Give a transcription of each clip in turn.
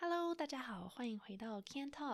Hello， 大家好，欢迎回到 Can Talk。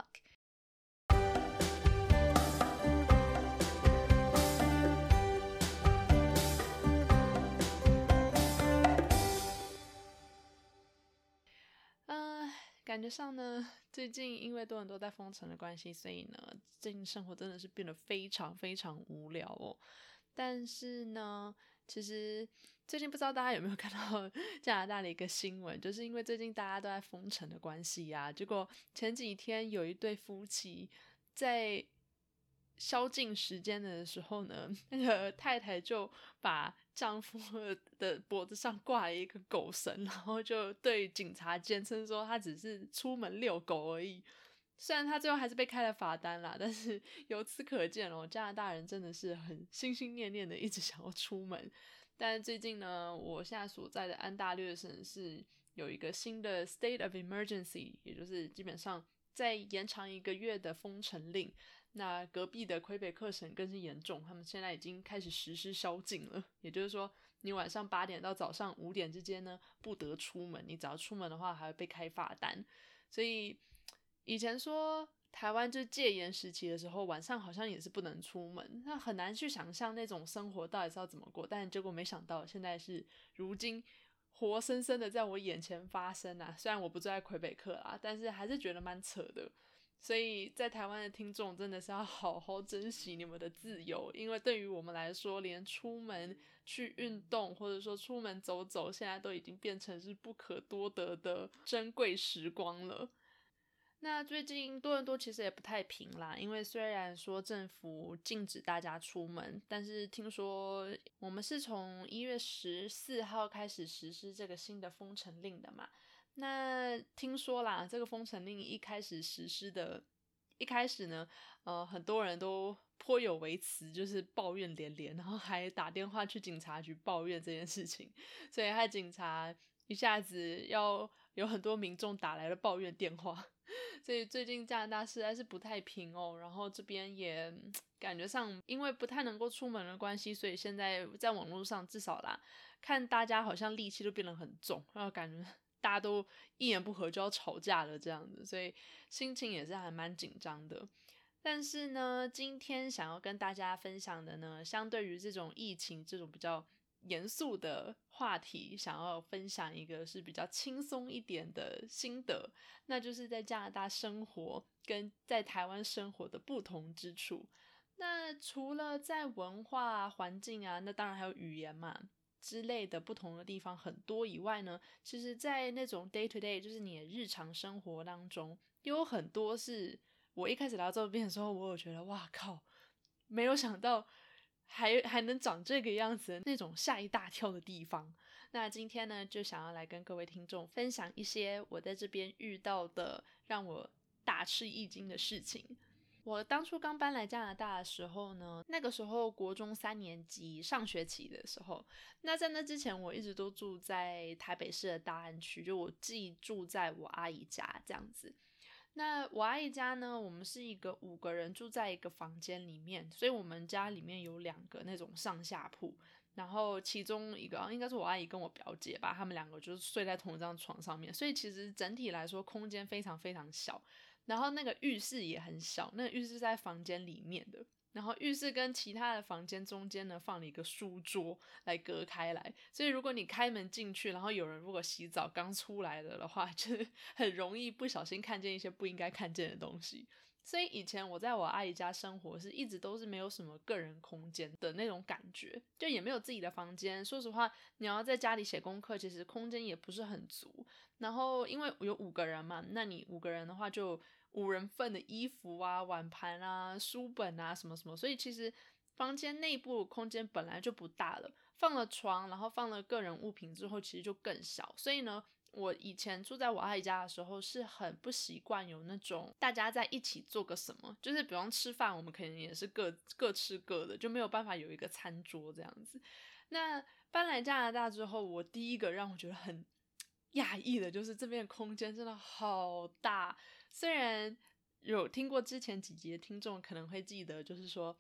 感觉上呢，最近因为多伦多在封城的关系，所以呢，最近生活真的是变得非常非常无聊哦。但是呢，其实最近不知道大家有没有看到加拿大的一个新闻，就是因为最近大家都在封城的关系啊，结果前几天有一对夫妻在宵禁时间的时候呢，那个太太就把丈夫的脖子上挂了一个狗绳，然后就对警察坚称说他只是出门遛狗而已。虽然他最后还是被开了罚单啦，但是由此可见加拿大人真的是很心心念念的一直想要出门。但是最近呢，我现在所在的安大略省是有一个新的 state of emergency， 也就是基本上再延长1个月的封城令。那隔壁的魁北克省更是严重，他们现在已经开始实施宵禁了，也就是说你晚上8点到早上5点之间呢不得出门，你只要出门的话还会被开罚单。所以以前说台湾就是戒严时期的时候，晚上好像也是不能出门，那很难去想象那种生活到底是要怎么过，但结果没想到现在是如今活生生的在我眼前发生啊！虽然我不住在魁北克啦，但是还是觉得蛮扯的。所以在台湾的听众真的是要好好珍惜你们的自由，因为对于我们来说，连出门去运动或者说出门走走，现在都已经变成是不可多得的珍贵时光了。那最近多伦多其实也不太平啦，因为虽然说政府禁止大家出门，但是听说我们是从1月14号开始实施这个新的封城令的嘛。那听说啦，这个封城令一开始实施的一开始呢，很多人都颇有微词，就是抱怨连连，然后还打电话去警察局抱怨这件事情，所以害警察一下子要有很多民众打来了抱怨电话。所以最近加拿大实在是不太平哦，然后这边也感觉上因为不太能够出门的关系，所以现在在网络上至少啦，看大家好像戾气都变得很重，然后感觉大家都一言不合就要吵架了这样子，所以心情也是还蛮紧张的。但是呢，今天想要跟大家分享的呢，相对于这种疫情这种比较严肃的话题，想要分享一个是比较轻松一点的心得，那就是在加拿大生活跟在台湾生活的不同之处。那除了在文化环境啊，那当然还有语言嘛之类的不同的地方很多以外呢，其实在那种 day to day 就是你的日常生活当中，有很多是我一开始来到这边的时候，我有觉得哇靠，没有想到还能长这个样子的那种吓一大跳的地方。那今天呢，就想要来跟各位听众分享一些我在这边遇到的让我大吃一惊的事情。我当初刚搬来加拿大的时候呢，那个时候国中3年级上学期的时候，那在那之前我一直都住在台北市的大安区，就我寄住在我阿姨家这样子。那我阿姨家呢，我们是一个5个人住在一个房间里面，所以我们家里面有2个那种上下铺，然后其中一个应该是我阿姨跟我表姐吧，他们2个就是睡在同一张床上面，所以其实整体来说空间非常非常小，然后那个浴室也很小，那个浴室在房间里面的，然后浴室跟其他的房间中间呢放了一个书桌来隔开来，所以如果你开门进去，然后有人如果洗澡刚出来了的话，就是很容易不小心看见一些不应该看见的东西。所以以前我在我阿姨家生活是一直都是没有什么个人空间的那种感觉，就也没有自己的房间。说实话，你要在家里写功课，其实空间也不是很足。然后因为有5个人嘛，那你5个人的话就5人份的衣服啊、碗盘啊、书本啊什么什么，所以其实房间内部空间本来就不大了，放了床，然后放了个人物品之后，其实就更小。所以呢，我以前住在我阿姨家的时候是很不习惯有那种大家在一起做个什么，就是比方吃饭我们可能也是各吃各的，就没有办法有一个餐桌这样子。那搬来加拿大之后，我第一个让我觉得很讶异的就是这边的空间真的好大。虽然有听过之前几集的听众可能会记得，就是说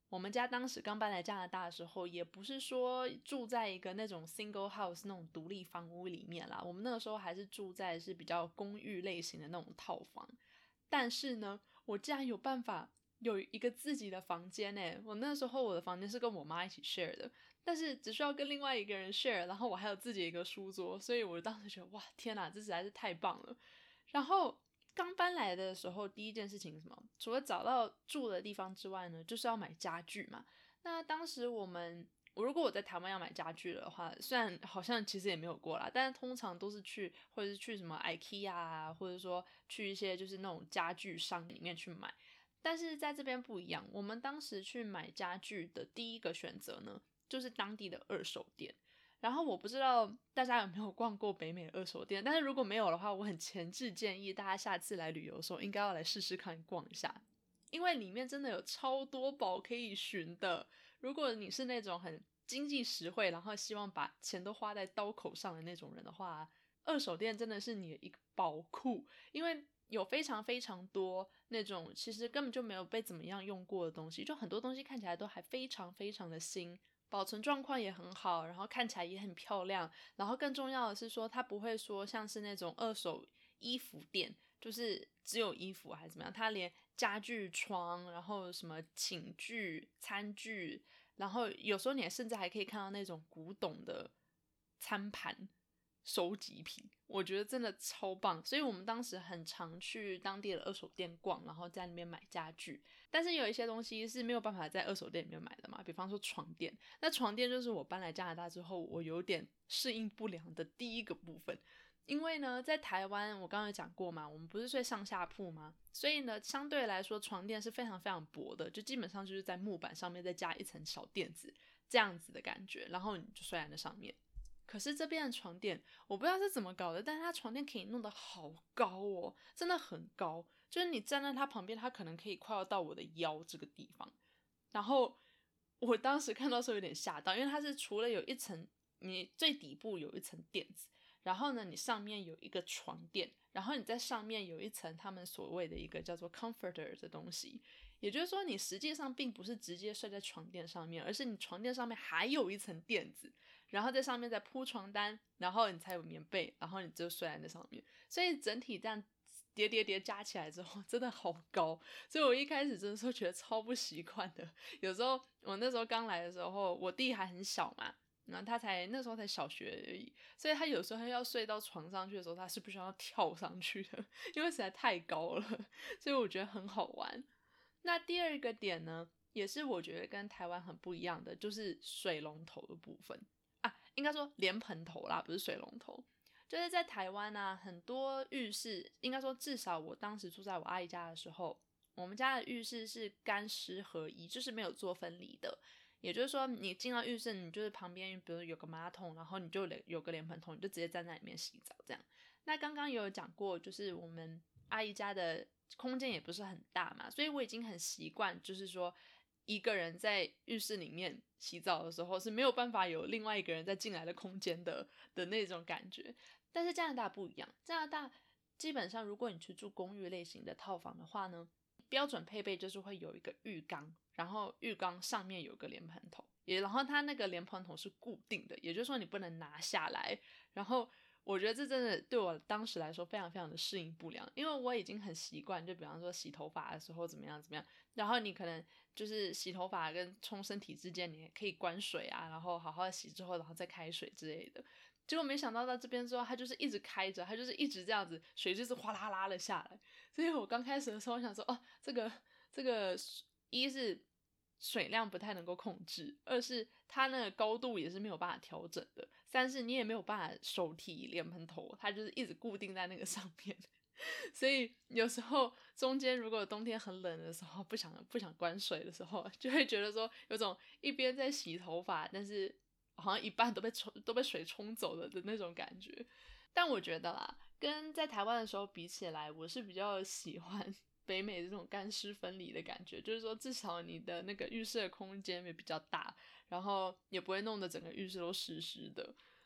我们家当时刚搬来加拿大的时候，也不是说住在一个那种 single house 那种独立房屋里面啦，我们那个时候还是住在是比较公寓类型的那种套房。但是呢，我竟然有办法有一个自己的房间耶，我那时候我的房间是跟我妈一起 share 的，但是只需要跟另外一个人 share， 然后我还有自己的一个书桌，所以我当时觉得哇天哪，这实在是太棒了。然后刚搬来的时候，第一件事情是什么？除了找到住的地方之外呢，就是要买家具嘛。那当时如果我在台湾要买家具的话，虽然好像其实也没有过啦，但是通常都是或者是去什么 IKEA 啊，或者说去一些就是那种家具商里面去买。但是在这边不一样，我们当时去买家具的第一个选择呢，就是当地的二手店。然后我不知道大家有没有逛过北美的二手店，但是如果没有的话，我很强烈建议大家下次来旅游的时候应该要来试试看逛一下，因为里面真的有超多宝可以寻的。如果你是那种很经济实惠，然后希望把钱都花在刀口上的那种人的话，二手店真的是你的一个宝库，因为有非常非常多那种其实根本就没有被怎么样用过的东西，就很多东西看起来都还非常非常的新，保存状况也很好，然后看起来也很漂亮，然后更重要的是说它不会说像是那种二手衣服店，就是只有衣服还是怎么样，它连家具床，然后什么寝具餐具，然后有时候你甚至还可以看到那种古董的餐盘收集品，我觉得真的超棒。所以我们当时很常去当地的二手店逛，然后在那边买家具。但是有一些东西是没有办法在二手店里面买的嘛，比方说床垫。那床垫就是我搬来加拿大之后我有点适应不良的第一个部分。因为呢，在台湾我刚刚有讲过嘛，我们不是睡上下铺吗？所以呢，相对来说床垫是非常非常薄的，就基本上就是在木板上面再加一层小垫子这样子的感觉，然后你就睡在那上面。可是这边的床垫我不知道是怎么搞的，但是它床垫可以弄得好高哦，真的很高，就是你站在它旁边，它可能可以快要到我的腰这个地方。然后我当时看到的时候有点吓到，因为它是除了有一层，你最底部有一层垫子，然后呢你上面有一个床垫，然后你在上面有一层他们所谓的一个叫做 comforter 的东西，也就是说你实际上并不是直接睡在床垫上面，而是你床垫上面还有一层垫子，然后在上面再铺床单，然后你才有棉被，然后你就睡在那上面，所以整体这样叠加起来之后真的好高，所以我一开始真的是觉得超不习惯的。有时候我那时候刚来的时候，我弟还很小嘛，然后他那时候才小学而已，所以他有时候要睡到床上去的时候，他是必须要跳上去的，因为实在太高了，所以我觉得很好玩。那第二个点呢，也是我觉得跟台湾很不一样的，就是水龙头的部分啊，应该说莲蓬头啦，不是水龙头。就是在台湾啊，很多浴室，应该说至少我当时住在我阿姨家的时候，我们家的浴室是干湿合一，就是没有做分离的。也就是说，你进到浴室，你就是旁边，比如有个马桶，然后你就有个莲蓬头，你就直接站在里面洗澡这样。那刚刚有讲过，就是我们阿姨家的空间也不是很大嘛，所以我已经很习惯，就是说一个人在浴室里面洗澡的时候是没有办法有另外一个人在进来的空间的那种感觉。但是加拿大不一样，加拿大基本上如果你去住公寓类型的套房的话呢，标准配备就是会有一个浴缸，然后浴缸上面有个莲蓬头，然后它那个莲蓬头是固定的，也就是说你不能拿下来。然后我觉得这真的对我当时来说非常非常的适应不良，因为我已经很习惯，就比方说洗头发的时候怎么样怎么样，然后你可能就是洗头发跟冲身体之间你也可以关水啊，然后好好的洗之后然后再开水之类的。结果没想到到这边之后，它就是一直开着，它就是一直这样子，水就是哗啦啦的下来。所以我刚开始的时候，我想说，哦，这个一是水量不太能够控制，二是它那个高度也是没有办法调整的，三是你也没有办法手提莲蓬头，它就是一直固定在那个上面。所以有时候中间如果冬天很冷的时候，不想关水的时候，就会觉得说有种一边在洗头发，但是好像一半都被水冲走了的那种感觉。但我觉得啦，跟在台湾的时候比起来，我是比较喜欢北美这种干湿分离的感觉，就是说至少你的那个浴室的空间也比较大，然后也不会弄得整个浴室都湿湿的。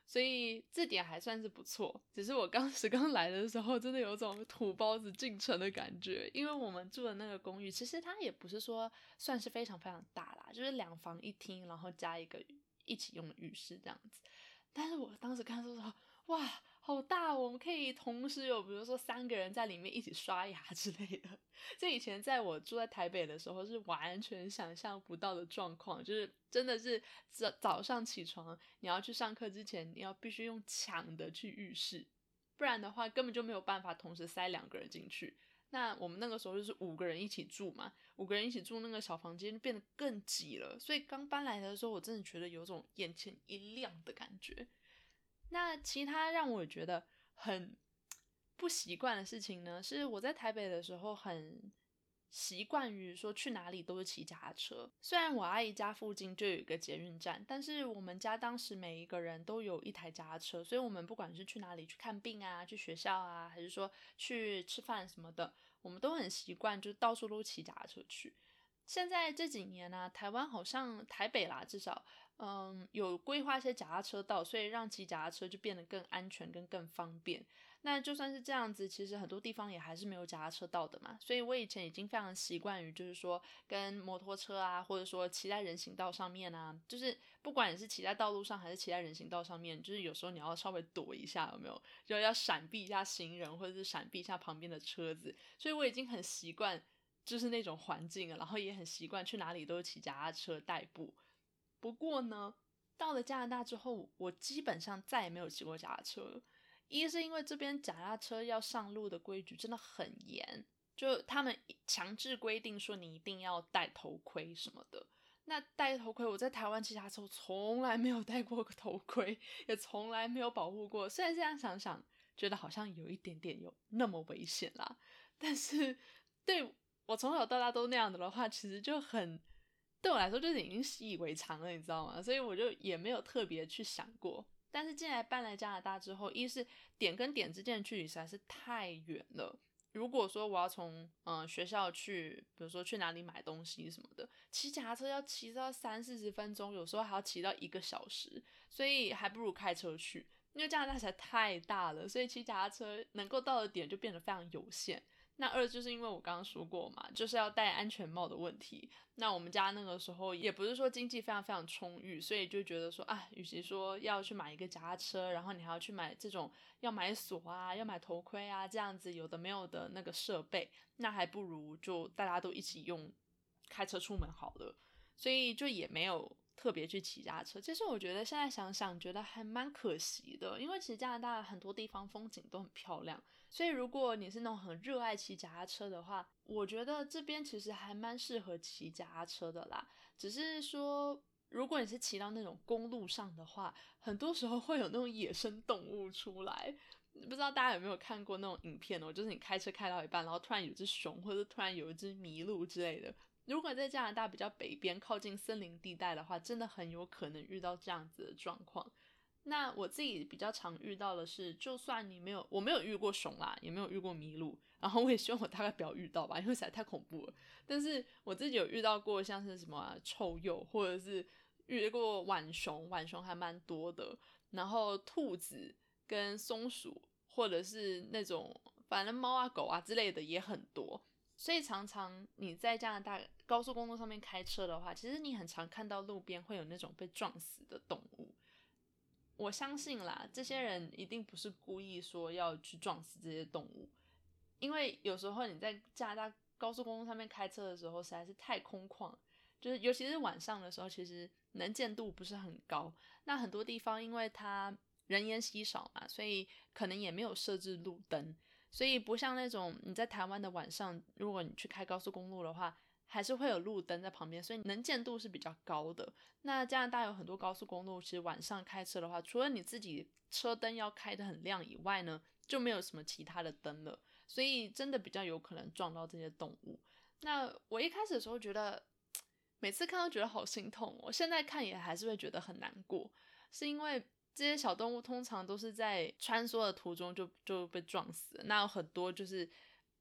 所以这点还算是不错。只是我刚来的时候真的有种土包子进城的感觉，因为我们住的那个公寓其实它也不是说算是非常非常大啦，就是2房1厅，然后加一个一起用的浴室这样子。但是我当时看的时候，哇，好大哦，我们可以同时有比如说3个人在里面一起刷牙之类的。这以前在我住在台北的时候是完全想象不到的状况，就是真的是早上起床你要去上课之前，你要必须用抢的去浴室，不然的话根本就没有办法同时塞2个人进去。那我们那个时候就是5个人一起住嘛，5个人一起住那个小房间就变得更挤了，所以刚搬来的时候我真的觉得有种眼前一亮的感觉。那其他让我觉得很不习惯的事情呢，是我在台北的时候很习惯于说去哪里都是骑脚踏车。虽然我阿姨家附近就有一个捷运站，但是我们家当时每一个人都有一台脚踏车，所以我们不管是去哪里去看病啊，去学校啊，还是说去吃饭什么的，我们都很习惯就到处都骑脚踏车去。现在这几年呢，台湾好像台北啦，至少有规划一些脚踏车道，所以让骑脚踏车就变得更安全跟更方便。那就算是这样子，其实很多地方也还是没有脚踏车道的嘛，所以我以前已经非常习惯于就是说跟摩托车啊，或者说骑在人行道上面啊，就是不管你是骑在道路上还是骑在人行道上面，就是有时候你要稍微躲一下，有没有？就要闪避一下行人，或者是闪避一下旁边的车子，所以我已经很习惯就是那种环境了，然后也很习惯去哪里都是骑脚踏车代步。不过呢，到了加拿大之后，我基本上再也没有骑过脚踏车了。一是因为这边脚踏车要上路的规矩真的很严，就他们强制规定说你一定要戴头盔什么的。那戴头盔，我在台湾骑脚踏车从来没有戴过头盔，也从来没有保护过。虽然现在想想，觉得好像有一点点有那么危险啦，但是对我从小到大都那样的话，其实就很对我来说就是已经习以为常了，你知道吗？所以我就也没有特别去想过。但是进来搬来加拿大之后，一是点跟点之间的距离实在是太远了。如果说我要从学校去，比如说去哪里买东西什么的，骑脚踏车要骑到30-40分钟，有时候还要骑到1个小时，所以还不如开车去。因为加拿大实在太大了，所以骑脚踏车能够到的点就变得非常有限。那二就是因为我刚刚说过嘛，就是要戴安全帽的问题。那我们家那个时候也不是说经济非常非常充裕，所以就觉得说啊，与其说要去买一个脚踏车，然后你还要去买这种要买锁啊，要买头盔啊，这样子有的没有的那个设备，那还不如就大家都一起用开车出门好了。所以就也没有特别去骑脚踏车。其实我觉得现在想想觉得还蛮可惜的，因为其实加拿大很多地方风景都很漂亮，所以如果你是那种很热爱骑脚踏车的话，我觉得这边其实还蛮适合骑脚踏车的啦。只是说如果你是骑到那种公路上的话，很多时候会有那种野生动物出来。不知道大家有没有看过那种影片哦，就是你开车开到一半，然后突然有只熊，或者突然有一只麋鹿之类的。如果在加拿大比较北边靠近森林地带的话，真的很有可能遇到这样子的状况。那我自己比较常遇到的是，就算我没有遇过熊啦，也没有遇过麋鹿，然后我也希望我大概不要遇到吧，因为实在太恐怖了。但是我自己有遇到过像是什么臭鼬，或者是遇过浣熊，浣熊还蛮多的，然后兔子跟松鼠，或者是那种反正猫啊狗啊之类的也很多。所以常常你在加拿大高速公路上面开车的话，其实你很常看到路边会有那种被撞死的动物。我相信啦，这些人一定不是故意说要去撞死这些动物，因为有时候你在加拿大高速公路上面开车的时候实在是太空旷，就是尤其是晚上的时候，其实能见度不是很高。那很多地方因为它人烟稀少嘛，所以可能也没有设置路灯，所以不像那种你在台湾的晚上，如果你去开高速公路的话，还是会有路灯在旁边，所以能见度是比较高的。那加拿大有很多高速公路，其实晚上开车的话，除了你自己车灯要开得很亮以外呢，就没有什么其他的灯了，所以真的比较有可能撞到这些动物。那我一开始的时候觉得，每次看都觉得好心痛哦，现在看也还是会觉得很难过，是因为这些小动物通常都是在穿梭的途中就被撞死了，那有很多就是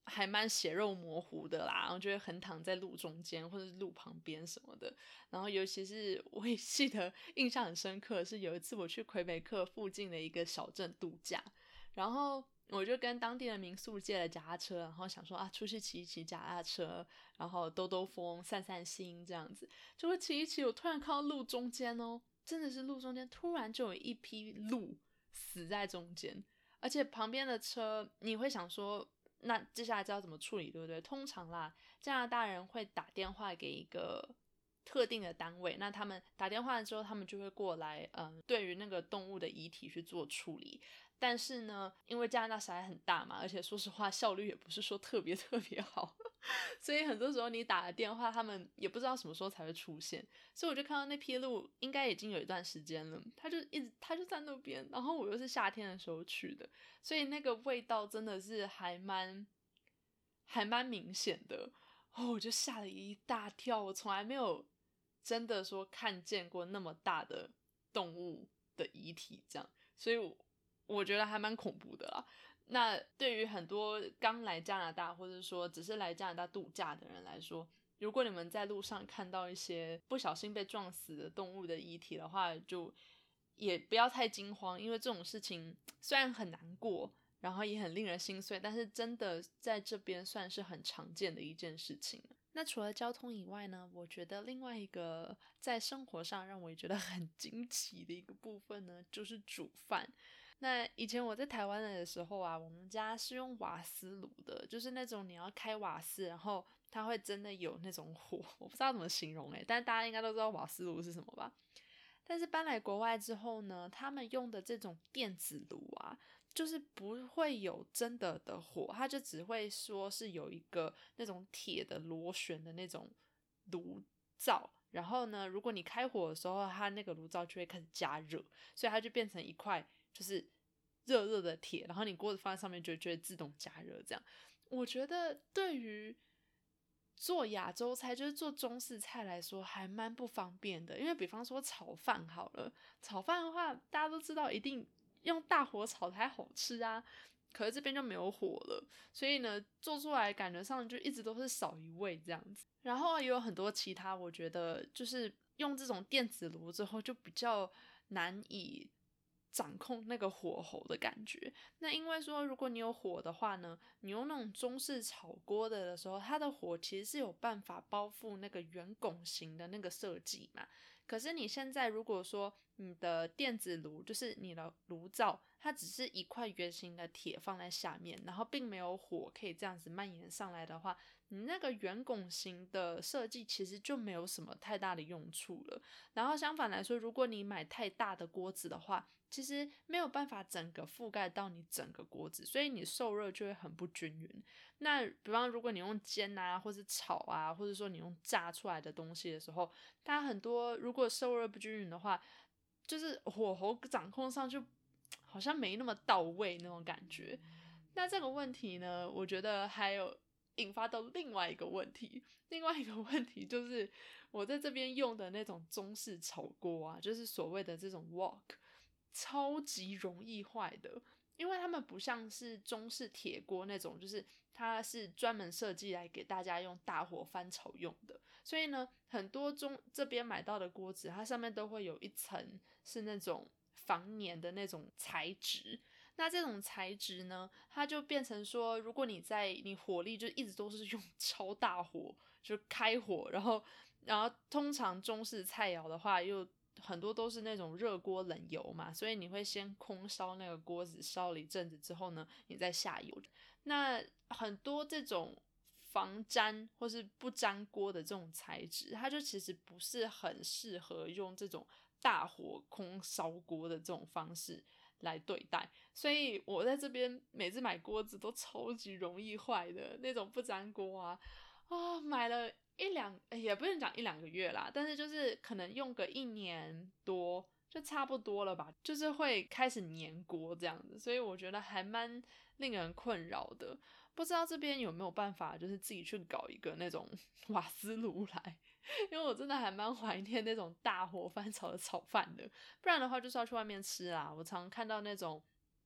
还蛮血肉模糊的啦，然后就会横躺在路中间或者是路旁边什么的。然后尤其是我也记得印象很深刻的是有一次我去魁北克附近的一个小镇度假，然后我就跟当地的民宿借了脚踏车，然后想说出去骑一骑脚踏车，然后兜兜风散散心这样子。结果骑一骑，我突然看到路中间真的是路中间突然就有一批鹿死在中间，而且旁边的车你会想说那接下来知道怎么处理对不对？通常啦，加拿大人会打电话给一个特定的单位，那他们打电话之后他们就会过来对于那个动物的遗体去做处理。但是呢，因为加拿大实在很大嘛，而且说实话效率也不是说特别特别好所以很多时候你打了电话他们也不知道什么时候才会出现，所以我就看到那匹鹿应该已经有一段时间了，它就在那边，然后我又是夏天的时候去的，所以那个味道真的是还蛮明显的我就吓了一大跳，我从来没有真的说看见过那么大的动物的遗体这样，所以我觉得还蛮恐怖的啦。那对于很多刚来加拿大或者说只是来加拿大度假的人来说，如果你们在路上看到一些不小心被撞死的动物的遗体的话，就也不要太惊慌，因为这种事情虽然很难过，然后也很令人心碎，但是真的在这边算是很常见的一件事情。那除了交通以外呢，我觉得另外一个在生活上让我也觉得很惊奇的一个部分呢，就是煮饭。那以前我在台湾的时候啊，我们家是用瓦斯炉的，就是那种你要开瓦斯，然后它会真的有那种火，我不知道怎么形容但是大家应该都知道瓦斯炉是什么吧。但是搬来国外之后呢，他们用的这种电子炉啊，就是不会有真的火，它就只会说是有一个那种铁的螺旋的那种炉灶，然后呢，如果你开火的时候，它那个炉灶就会开始加热，所以它就变成一块就是热热的铁，然后你锅子放在上面就会自动加热这样。我觉得对于做亚洲菜就是做中式菜来说还蛮不方便的，因为比方说炒饭好了，炒饭的话大家都知道一定用大火炒才好吃啊，可是这边就没有火了，所以呢做出来感觉上就一直都是少一味这样子。然后也有很多其他我觉得就是用这种电子炉之后就比较难以掌控那个火候的感觉。那因为说如果你有火的话呢，你用那种中式炒锅的时候，它的火其实是有办法包覆那个圆拱形的那个设计嘛。可是你现在如果说你的电子炉就是你的炉灶，它只是一块圆形的铁放在下面，然后并没有火可以这样子蔓延上来的话，你那个圆拱形的设计其实就没有什么太大的用处了。然后相反来说，如果你买太大的锅子的话，其实没有办法整个覆盖到你整个锅子，所以你受热就会很不均匀。那比方如果你用煎啊，或是炒啊，或者说你用炸出来的东西的时候，它很多如果受热不均匀的话，就是火候掌控上就好像没那么到位那种感觉。那这个问题呢，我觉得还有引发到另外一个问题，另外一个问题就是我在这边用的那种中式炒锅啊，就是所谓的这种 wok， 超级容易坏的，因为他们不像是中式铁锅那种，就是它是专门设计来给大家用大火翻炒用的，所以呢，很多这边买到的锅子，它上面都会有一层是那种防粘的那种材质。那这种材质呢，它就变成说，如果你火力就一直都是用超大火，就开火，然后通常中式菜肴的话又很多都是那种热锅冷油嘛，所以你会先空烧那个锅子，烧了一阵子之后呢，你再下油。那很多这种防粘或是不粘锅的这种材质，它就其实不是很适合用这种大火空烧锅的这种方式来对待，所以我在这边每次买锅子都超级容易坏的那种不粘锅啊，买了也不能讲一两个月啦，但是就是可能用个1年多就差不多了吧，就是会开始粘锅这样子，所以我觉得还蛮令人困扰的。不知道这边有没有办法就是自己去搞一个那种瓦斯炉来，因为我真的还蛮怀念那种大火翻炒的炒饭的，不然的话就是要去外面吃啦。我常看到那种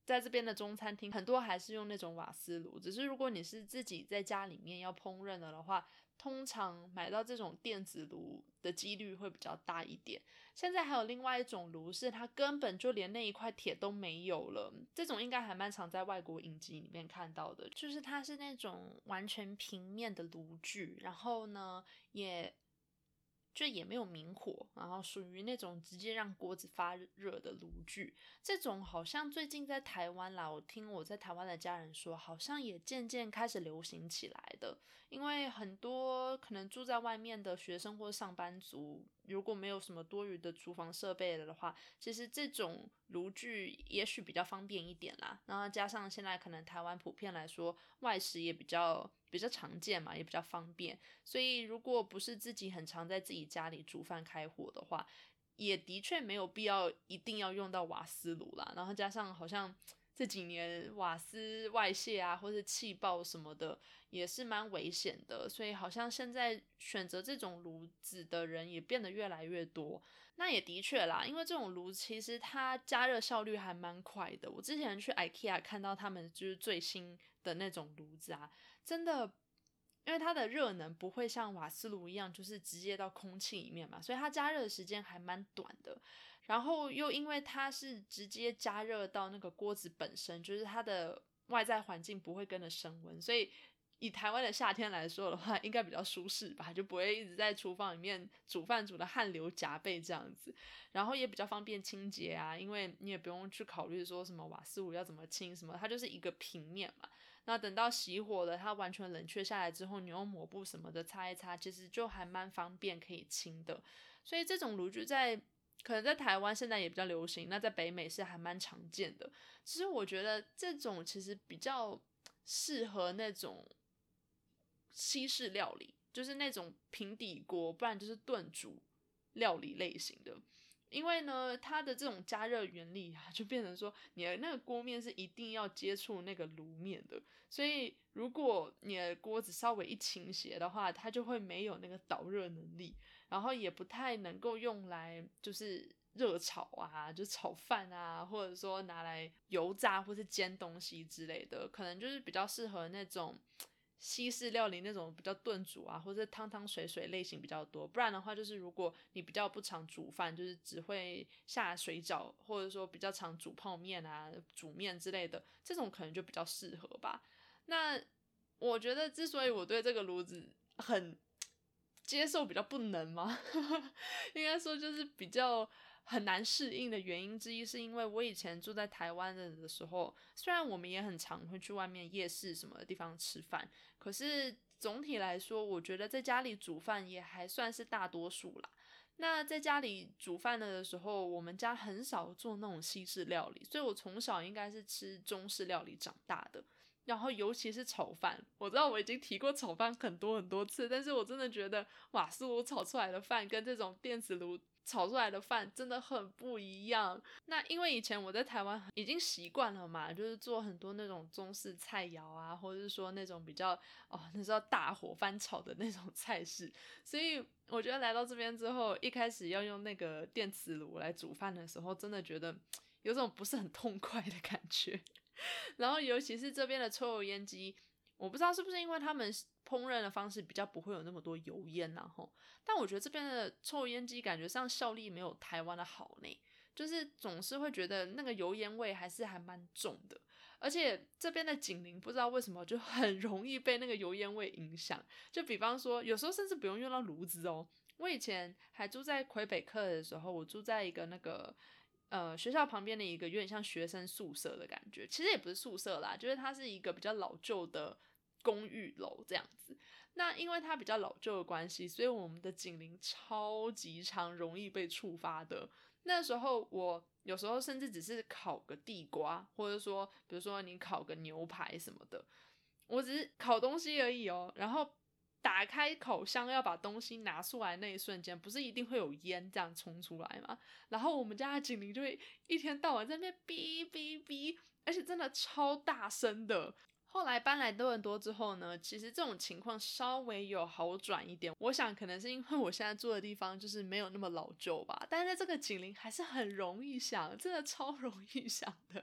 在这边的中餐厅很多还是用那种瓦斯炉，只是如果你是自己在家里面要烹饪的话，通常买到这种电子炉的几率会比较大一点。现在还有另外一种炉是它根本就连那一块铁都没有了，这种应该还蛮常在外国影集里面看到的，就是它是那种完全平面的炉具，然后呢也没有明火，然后属于那种直接让锅子发热的炉具。这种好像最近在台湾啦，我听我在台湾的家人说，好像也渐渐开始流行起来的。因为很多可能住在外面的学生或上班族，如果没有什么多余的厨房设备了的话，其实这种炉具也许比较方便一点啦。然后加上现在可能台湾普遍来说外食也比较常见嘛，也比较方便，所以如果不是自己很常在自己家里煮饭开火的话，也的确没有必要一定要用到瓦斯炉啦。然后加上好像这几年瓦斯外泄啊，或是气爆什么的，也是蛮危险的，所以好像现在选择这种炉子的人也变得越来越多。那也的确啦，因为这种炉其实它加热效率还蛮快的。我之前去 IKEA 看到他们就是最新的那种炉子啊，真的，因为它的热能不会像瓦斯炉一样，就是直接到空气里面嘛，所以它加热的时间还蛮短的。然后又因为它是直接加热到那个锅子本身，就是它的外在环境不会跟着升温，所以以台湾的夏天来说的话，应该比较舒适吧，就不会一直在厨房里面煮饭煮的汗流浃背这样子。然后也比较方便清洁啊，因为你也不用去考虑说什么瓦斯炉要怎么清什么，它就是一个平面嘛。那等到熄火了，它完全冷却下来之后，你用抹布什么的擦一擦，其实就还蛮方便可以清的。所以这种炉具可能在台湾现在也比较流行，那在北美是还蛮常见的。其实我觉得这种其实比较适合那种西式料理，就是那种平底锅，不然就是炖煮料理类型的。因为呢，它的这种加热原理啊，就变成说你的那个锅面是一定要接触那个炉面的，所以如果你的锅子稍微一倾斜的话，它就会没有那个导热能力，然后也不太能够用来就是热炒啊，就炒饭啊，或者说拿来油炸或是煎东西之类的，可能就是比较适合那种西式料理那种比较炖煮啊，或者汤汤水水类型比较多。不然的话，就是如果你比较不常煮饭，就是只会下水饺，或者说比较常煮泡面啊、煮面之类的，这种可能就比较适合吧。那我觉得，之所以我对这个炉子很接受，比较不能吗？应该说就是比较很难适应的原因之一，是因为我以前住在台湾的时候，虽然我们也很常会去外面夜市什么的地方吃饭，可是总体来说，我觉得在家里煮饭也还算是大多数啦。那在家里煮饭的时候，我们家很少做那种西式料理，所以我从小应该是吃中式料理长大的。然后尤其是炒饭，我知道我已经提过炒饭很多很多次，但是我真的觉得瓦斯炉炒出来的饭跟这种电磁炉炒出来的饭真的很不一样。那因为以前我在台湾已经习惯了嘛，就是做很多那种中式菜肴啊，或者是说那种比较那时候大火翻炒的那种菜式，所以我觉得来到这边之后，一开始要用那个电磁炉来煮饭的时候，真的觉得有种不是很痛快的感觉。然后尤其是这边的抽油烟机，我不知道是不是因为他们烹饪的方式比较不会有那么多油烟但我觉得这边的抽油烟机感觉上效力没有台湾的好呢，就是总是会觉得那个油烟味还蛮重的，而且这边的警铃不知道为什么就很容易被那个油烟味影响，就比方说有时候甚至不用到炉子哦。我以前还住在魁北克的时候，我住在一个那个学校旁边的一个有点像学生宿舍的感觉，其实也不是宿舍啦，就是它是一个比较老旧的公寓楼这样子。那因为它比较老旧的关系，所以我们的警铃超级常容易被触发的。那时候我有时候甚至只是烤个地瓜，或者说比如说你烤个牛排什么的，我只是烤东西而已哦，然后打开烤箱要把东西拿出来那一瞬间，不是一定会有烟这样冲出来吗？然后我们家的警铃就会一天到晚在那边哔哔哔，而且真的超大声的。后来搬来多伦多之后呢，其实这种情况稍微有好转一点。我想可能是因为我现在住的地方就是没有那么老旧吧，但是这个警铃还是很容易响，真的超容易响的。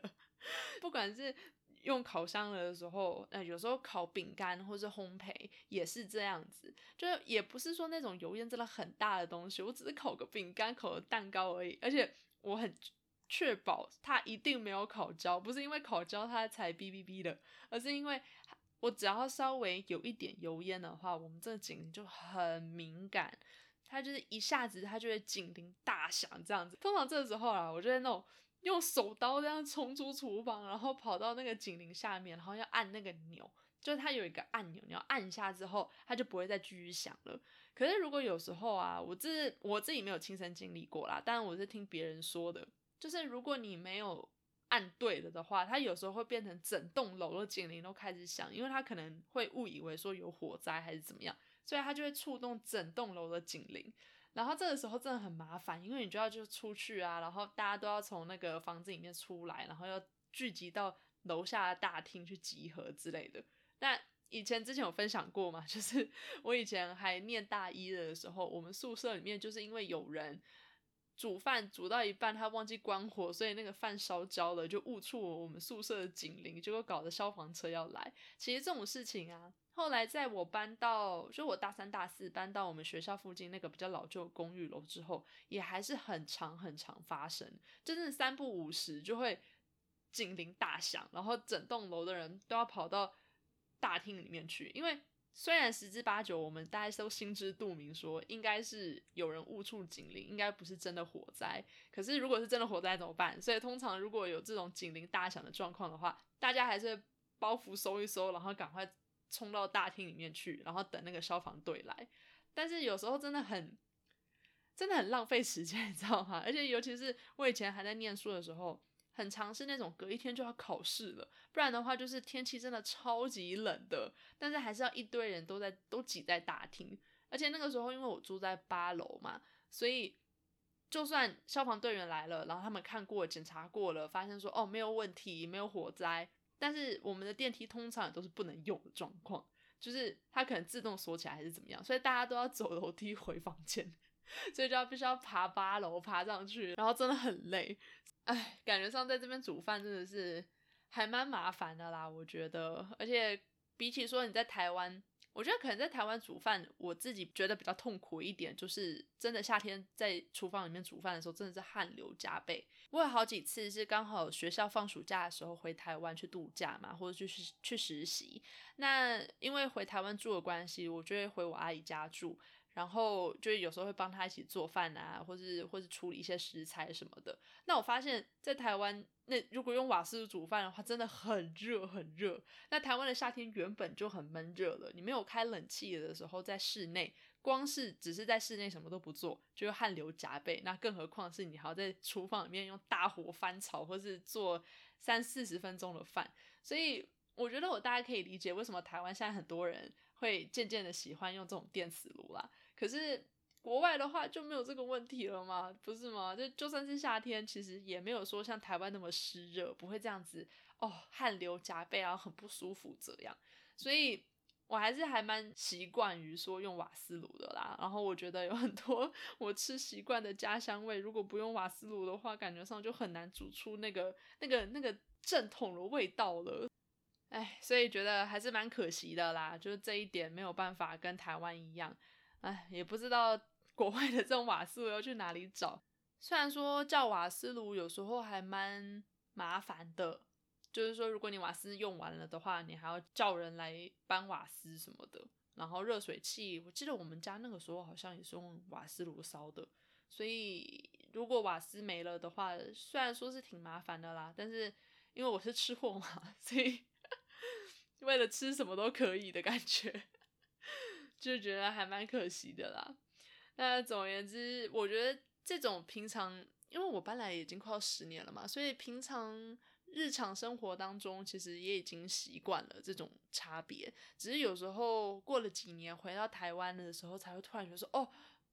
不管是用烤箱的时候，有时候烤饼干或是烘焙也是这样子，就是也不是说那种油烟真的很大的东西，我只是烤个饼干、烤个蛋糕而已，而且我很确保它一定没有烤焦，不是因为烤焦它才哔哔哔的，而是因为我只要稍微有一点油烟的话，我们这个警铃就很敏感，它就是一下子它就会警铃大响这样子。通常这个时候啊，我就会那种用手刀这样冲出厨房，然后跑到那个警铃下面，然后要按那个钮，就是它有一个按钮，你要按一下之后，它就不会再继续响了。可是如果有时候啊，我自己没有亲身经历过啦，但我是听别人说的，就是如果你没有按对了的话，它有时候会变成整栋楼的警铃都开始响，因为它可能会误以为说有火灾还是怎么样，所以它就会触动整栋楼的警铃。然后这个时候真的很麻烦，因为你就出去啊，然后大家都要从那个房子里面出来，然后要聚集到楼下的大厅去集合之类的。那之前有分享过嘛，就是我以前还念大一的时候，我们宿舍里面就是因为有人煮饭煮到一半他忘记关火，所以那个饭烧焦了，就误触我们宿舍的警铃，结果搞得消防车要来。其实这种事情啊，后来在我搬到就我大三大四搬到我们学校附近那个比较老旧的公寓楼之后，也还是很常发生，真的三不五时就会警铃大响，然后整栋楼的人都要跑到大厅里面去，因为虽然十之八九我们大家都心知肚明说应该是有人误触警铃，应该不是真的火灾，可是如果是真的火灾怎么办？所以通常如果有这种警铃大响的状况的话，大家还是会包袱收一收，然后赶快冲到大厅里面去，然后等那个消防队来。但是有时候真的很浪费时间，你知道吗？而且尤其是我以前还在念书的时候，很常是那种隔一天就要考试了，不然的话就是天气真的超级冷的，但是还是要一堆人都挤在大厅。而且那个时候因为我住在8楼嘛，所以就算消防队员来了，然后他们看过检查过了，发现说哦没有问题，没有火灾，但是我们的电梯通常也都是不能用的状况，就是它可能自动锁起来还是怎么样，所以大家都要走楼梯回房间，所以必须要爬8楼爬上去，然后真的很累。哎，感觉上在这边煮饭真的是还蛮麻烦的啦，我觉得。而且比起说你在台湾，我觉得可能在台湾煮饭，我自己觉得比较痛苦一点，就是真的夏天在厨房里面煮饭的时候，真的是汗流浃背。我有好几次是刚好学校放暑假的时候回台湾去度假嘛，或者去实习。那因为回台湾住的关系，我就会回我阿姨家住。然后就有时候会帮他一起做饭啊，或是处理一些食材什么的。那我发现，在台湾，那如果用瓦斯炉煮饭的话，真的很热很热。那台湾的夏天原本就很闷热了，你没有开冷气的时候，在室内，光是只是在室内什么都不做，就会汗流浃背。那更何况是你还要在厨房里面用大火翻炒，或是做30-40分钟的饭。所以我觉得我大概可以理解为什么台湾现在很多人会渐渐的喜欢用这种电磁炉啦。可是国外的话就没有这个问题了吗？不是吗？就算是夏天，其实也没有说像台湾那么湿热，不会这样子汗流浃背，然后很不舒服这样。所以我还蛮习惯于说用瓦斯炉的啦。然后我觉得有很多我吃习惯的家乡味，如果不用瓦斯炉的话，感觉上就很难煮出那个正统的味道了。哎，所以觉得还是蛮可惜的啦，就是这一点没有办法跟台湾一样。哎，也不知道国外的这种瓦斯炉要去哪里找。虽然说叫瓦斯炉有时候还蛮麻烦的，就是说如果你瓦斯用完了的话，你还要叫人来搬瓦斯什么的。然后热水器，我记得我们家那个时候好像也是用瓦斯炉烧的，所以如果瓦斯没了的话，虽然说是挺麻烦的啦，但是因为我是吃货嘛，所以为了吃什么都可以的感觉。就觉得还蛮可惜的啦。那总而言之，我觉得这种平常，因为我搬来已经快要10年了嘛，所以平常日常生活当中其实也已经习惯了这种差别。只是有时候过了几年回到台湾的时候，才会突然觉得说，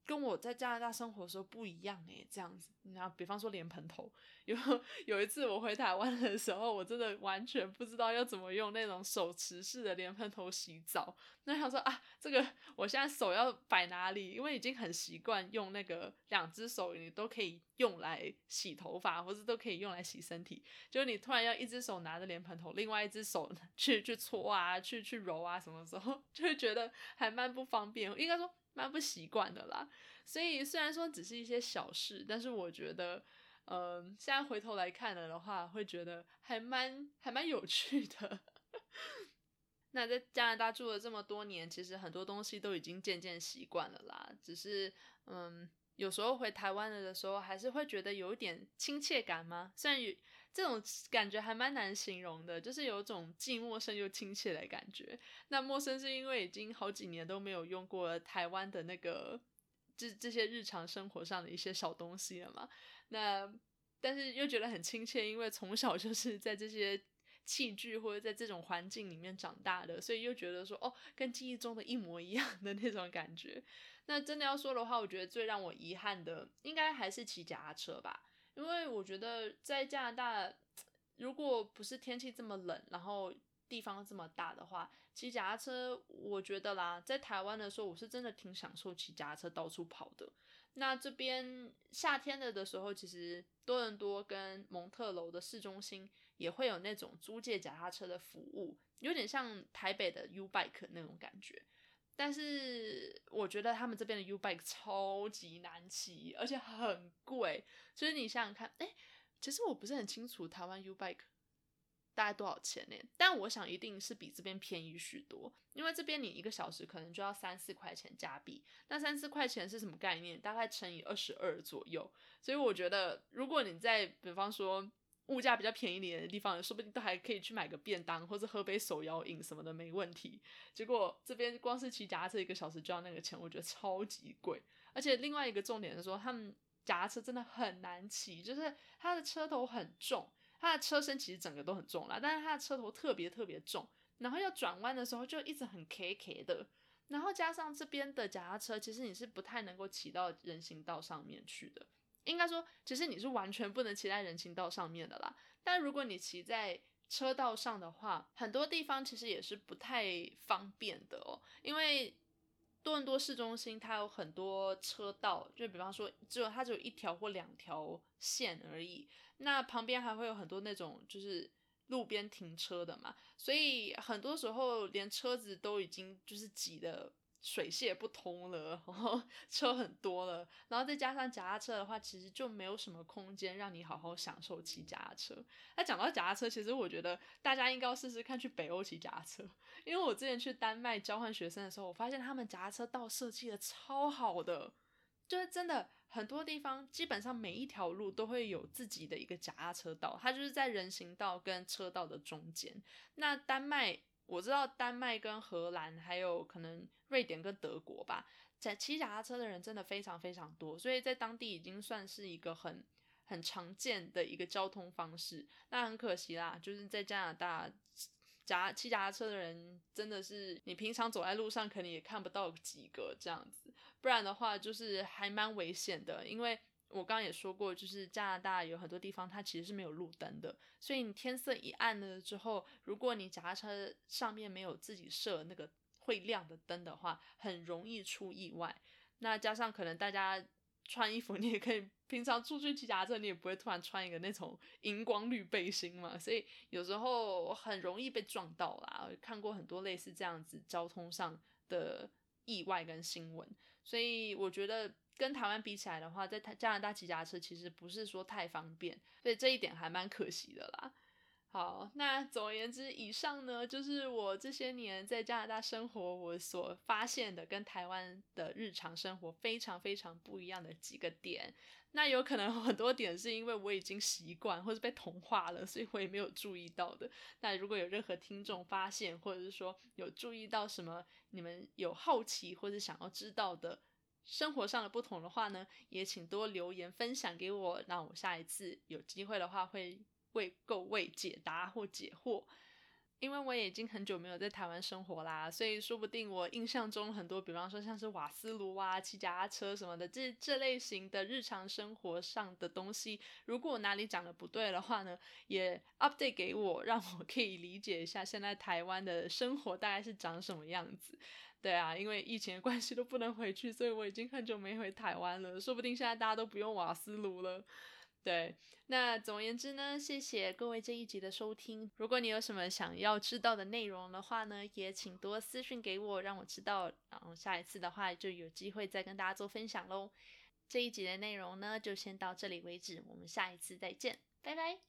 跟我在加拿大生活的时候不一样这样子。然后比方说莲蓬头，有一次我回台湾的时候，我真的完全不知道要怎么用那种手持式的莲蓬头洗澡。那想说啊，这个我现在手要摆哪里？因为已经很习惯用那个2只手你都可以用来洗头发，或是都可以用来洗身体。就是你突然要一只手拿着莲蓬头，另外一只手去搓啊，去揉啊，什么时候就会觉得还蛮不方便，应该说蛮不习惯的啦。所以虽然说只是一些小事，但是我觉得现在回头来看了的话，会觉得还蛮有趣的。那在加拿大住了这么多年，其实很多东西都已经渐渐习惯了啦，只是有时候回台湾了的时候，还是会觉得有一点亲切感吗？虽然这种感觉还蛮难形容的，就是有种既陌生又亲切的感觉。那陌生是因为已经好几年都没有用过台湾的那个这些日常生活上的一些小东西了嘛。那但是又觉得很亲切，因为从小就是在这些器具或者在这种环境里面长大的，所以又觉得说跟记忆中的一模一样的那种感觉。那真的要说的话，我觉得最让我遗憾的应该还是骑脚踏车吧。因为我觉得在加拿大，如果不是天气这么冷，然后地方这么大的话，骑脚踏车我觉得啦，在台湾的时候我是真的挺享受骑脚踏车到处跑的。那这边夏天的时候，其实多伦多跟蒙特楼的市中心也会有那种租借脚踏车的服务，有点像台北的 U-Bike 那种感觉。但是我觉得他们这边的 U-Bike 超级难骑，而且很贵。就是你想想看，其实我不是很清楚台湾 U-Bike 大概多少钱呢？但我想一定是比这边便宜许多，因为这边你1个小时可能就要3-4块钱加币，那3-4块钱是什么概念？大概乘以22左右。所以我觉得，如果你在比方说物价比较便宜一点的地方，说不定都还可以去买个便当，或者喝杯手摇饮什么的，没问题。结果这边光是骑脚踏车1个小时就要那个钱，我觉得超级贵。而且另外一个重点是说，他们脚踏车真的很难骑，就是它的车头很重。它的车身其实整个都很重啦，但是它的车头特别特别重，然后要转弯的时候就一直很 K K 的，然后加上这边的脚踏车，其实你是不太能够骑到人行道上面去的，应该说其实你是完全不能骑在人行道上面的啦，但如果你骑在车道上的话，很多地方其实也是不太方便的因为多伦多市中心它有很多车道，就比方说它只有1条或2条线而已，那旁边还会有很多那种就是路边停车的嘛，所以很多时候连车子都已经就是挤得水泄不通了，然后车很多了，然后再加上脚踏车的话，其实就没有什么空间让你好好享受骑脚踏车。那讲到脚踏车，其实我觉得大家应该要试试看去北欧骑脚踏车，因为我之前去丹麦交换学生的时候，我发现他们脚踏车道设计的超好的，就是真的很多地方基本上每一条路都会有自己的一个脚踏车道，它就是在人行道跟车道的中间。那丹麦我知道丹麦跟荷兰还有可能瑞典跟德国吧，骑脚踏车的人真的非常非常多，所以在当地已经算是一个很常见的一个交通方式。那很可惜啦，就是在加拿大骑脚踏车的人真的是你平常走在路上可能也看不到几个这样子，不然的话就是还蛮危险的。因为我刚刚也说过，就是加拿大有很多地方它其实是没有路灯的，所以你天色一暗了之后，如果你脚踏车上面没有自己设那个会亮的灯的话，很容易出意外。那加上可能大家穿衣服，你也可以平常出去骑脚踏车，你也不会突然穿一个那种荧光绿背心嘛，所以有时候很容易被撞到啦。我看过很多类似这样子交通上的意外跟新闻，所以我觉得跟台湾比起来的话，在加拿大骑脚踏车其实不是说太方便，所以这一点还蛮可惜的啦。好，那总而言之，以上呢就是我这些年在加拿大生活我所发现的跟台湾的日常生活非常非常不一样的几个点。那有可能很多点是因为我已经习惯或是被同化了，所以我也没有注意到的。那如果有任何听众发现，或者是说有注意到什么你们有好奇或者想要知道的生活上的不同的话呢，也请多留言分享给我，那我下一次有机会的话会为各位解答或解惑。 因为我也已经很久没有在台湾生活啦，所以说不定我印象中很多，比方说像是瓦斯炉啊、骑脚踏车什么的，这类型的日常生活上的东西，如果我哪里讲的不对的话呢，也 update 给我，让我可以理解一下现在台湾的生活大概是长什么样子。对啊，因为疫情的关系都不能回去，所以我已经很久没回台湾了，说不定现在大家都不用瓦斯炉了。对，那总而言之呢，谢谢各位这一集的收听。如果你有什么想要知道的内容的话呢，也请多私讯给我，让我知道，然后下一次的话就有机会再跟大家做分享咯。这一集的内容呢，就先到这里为止，我们下一次再见，拜拜。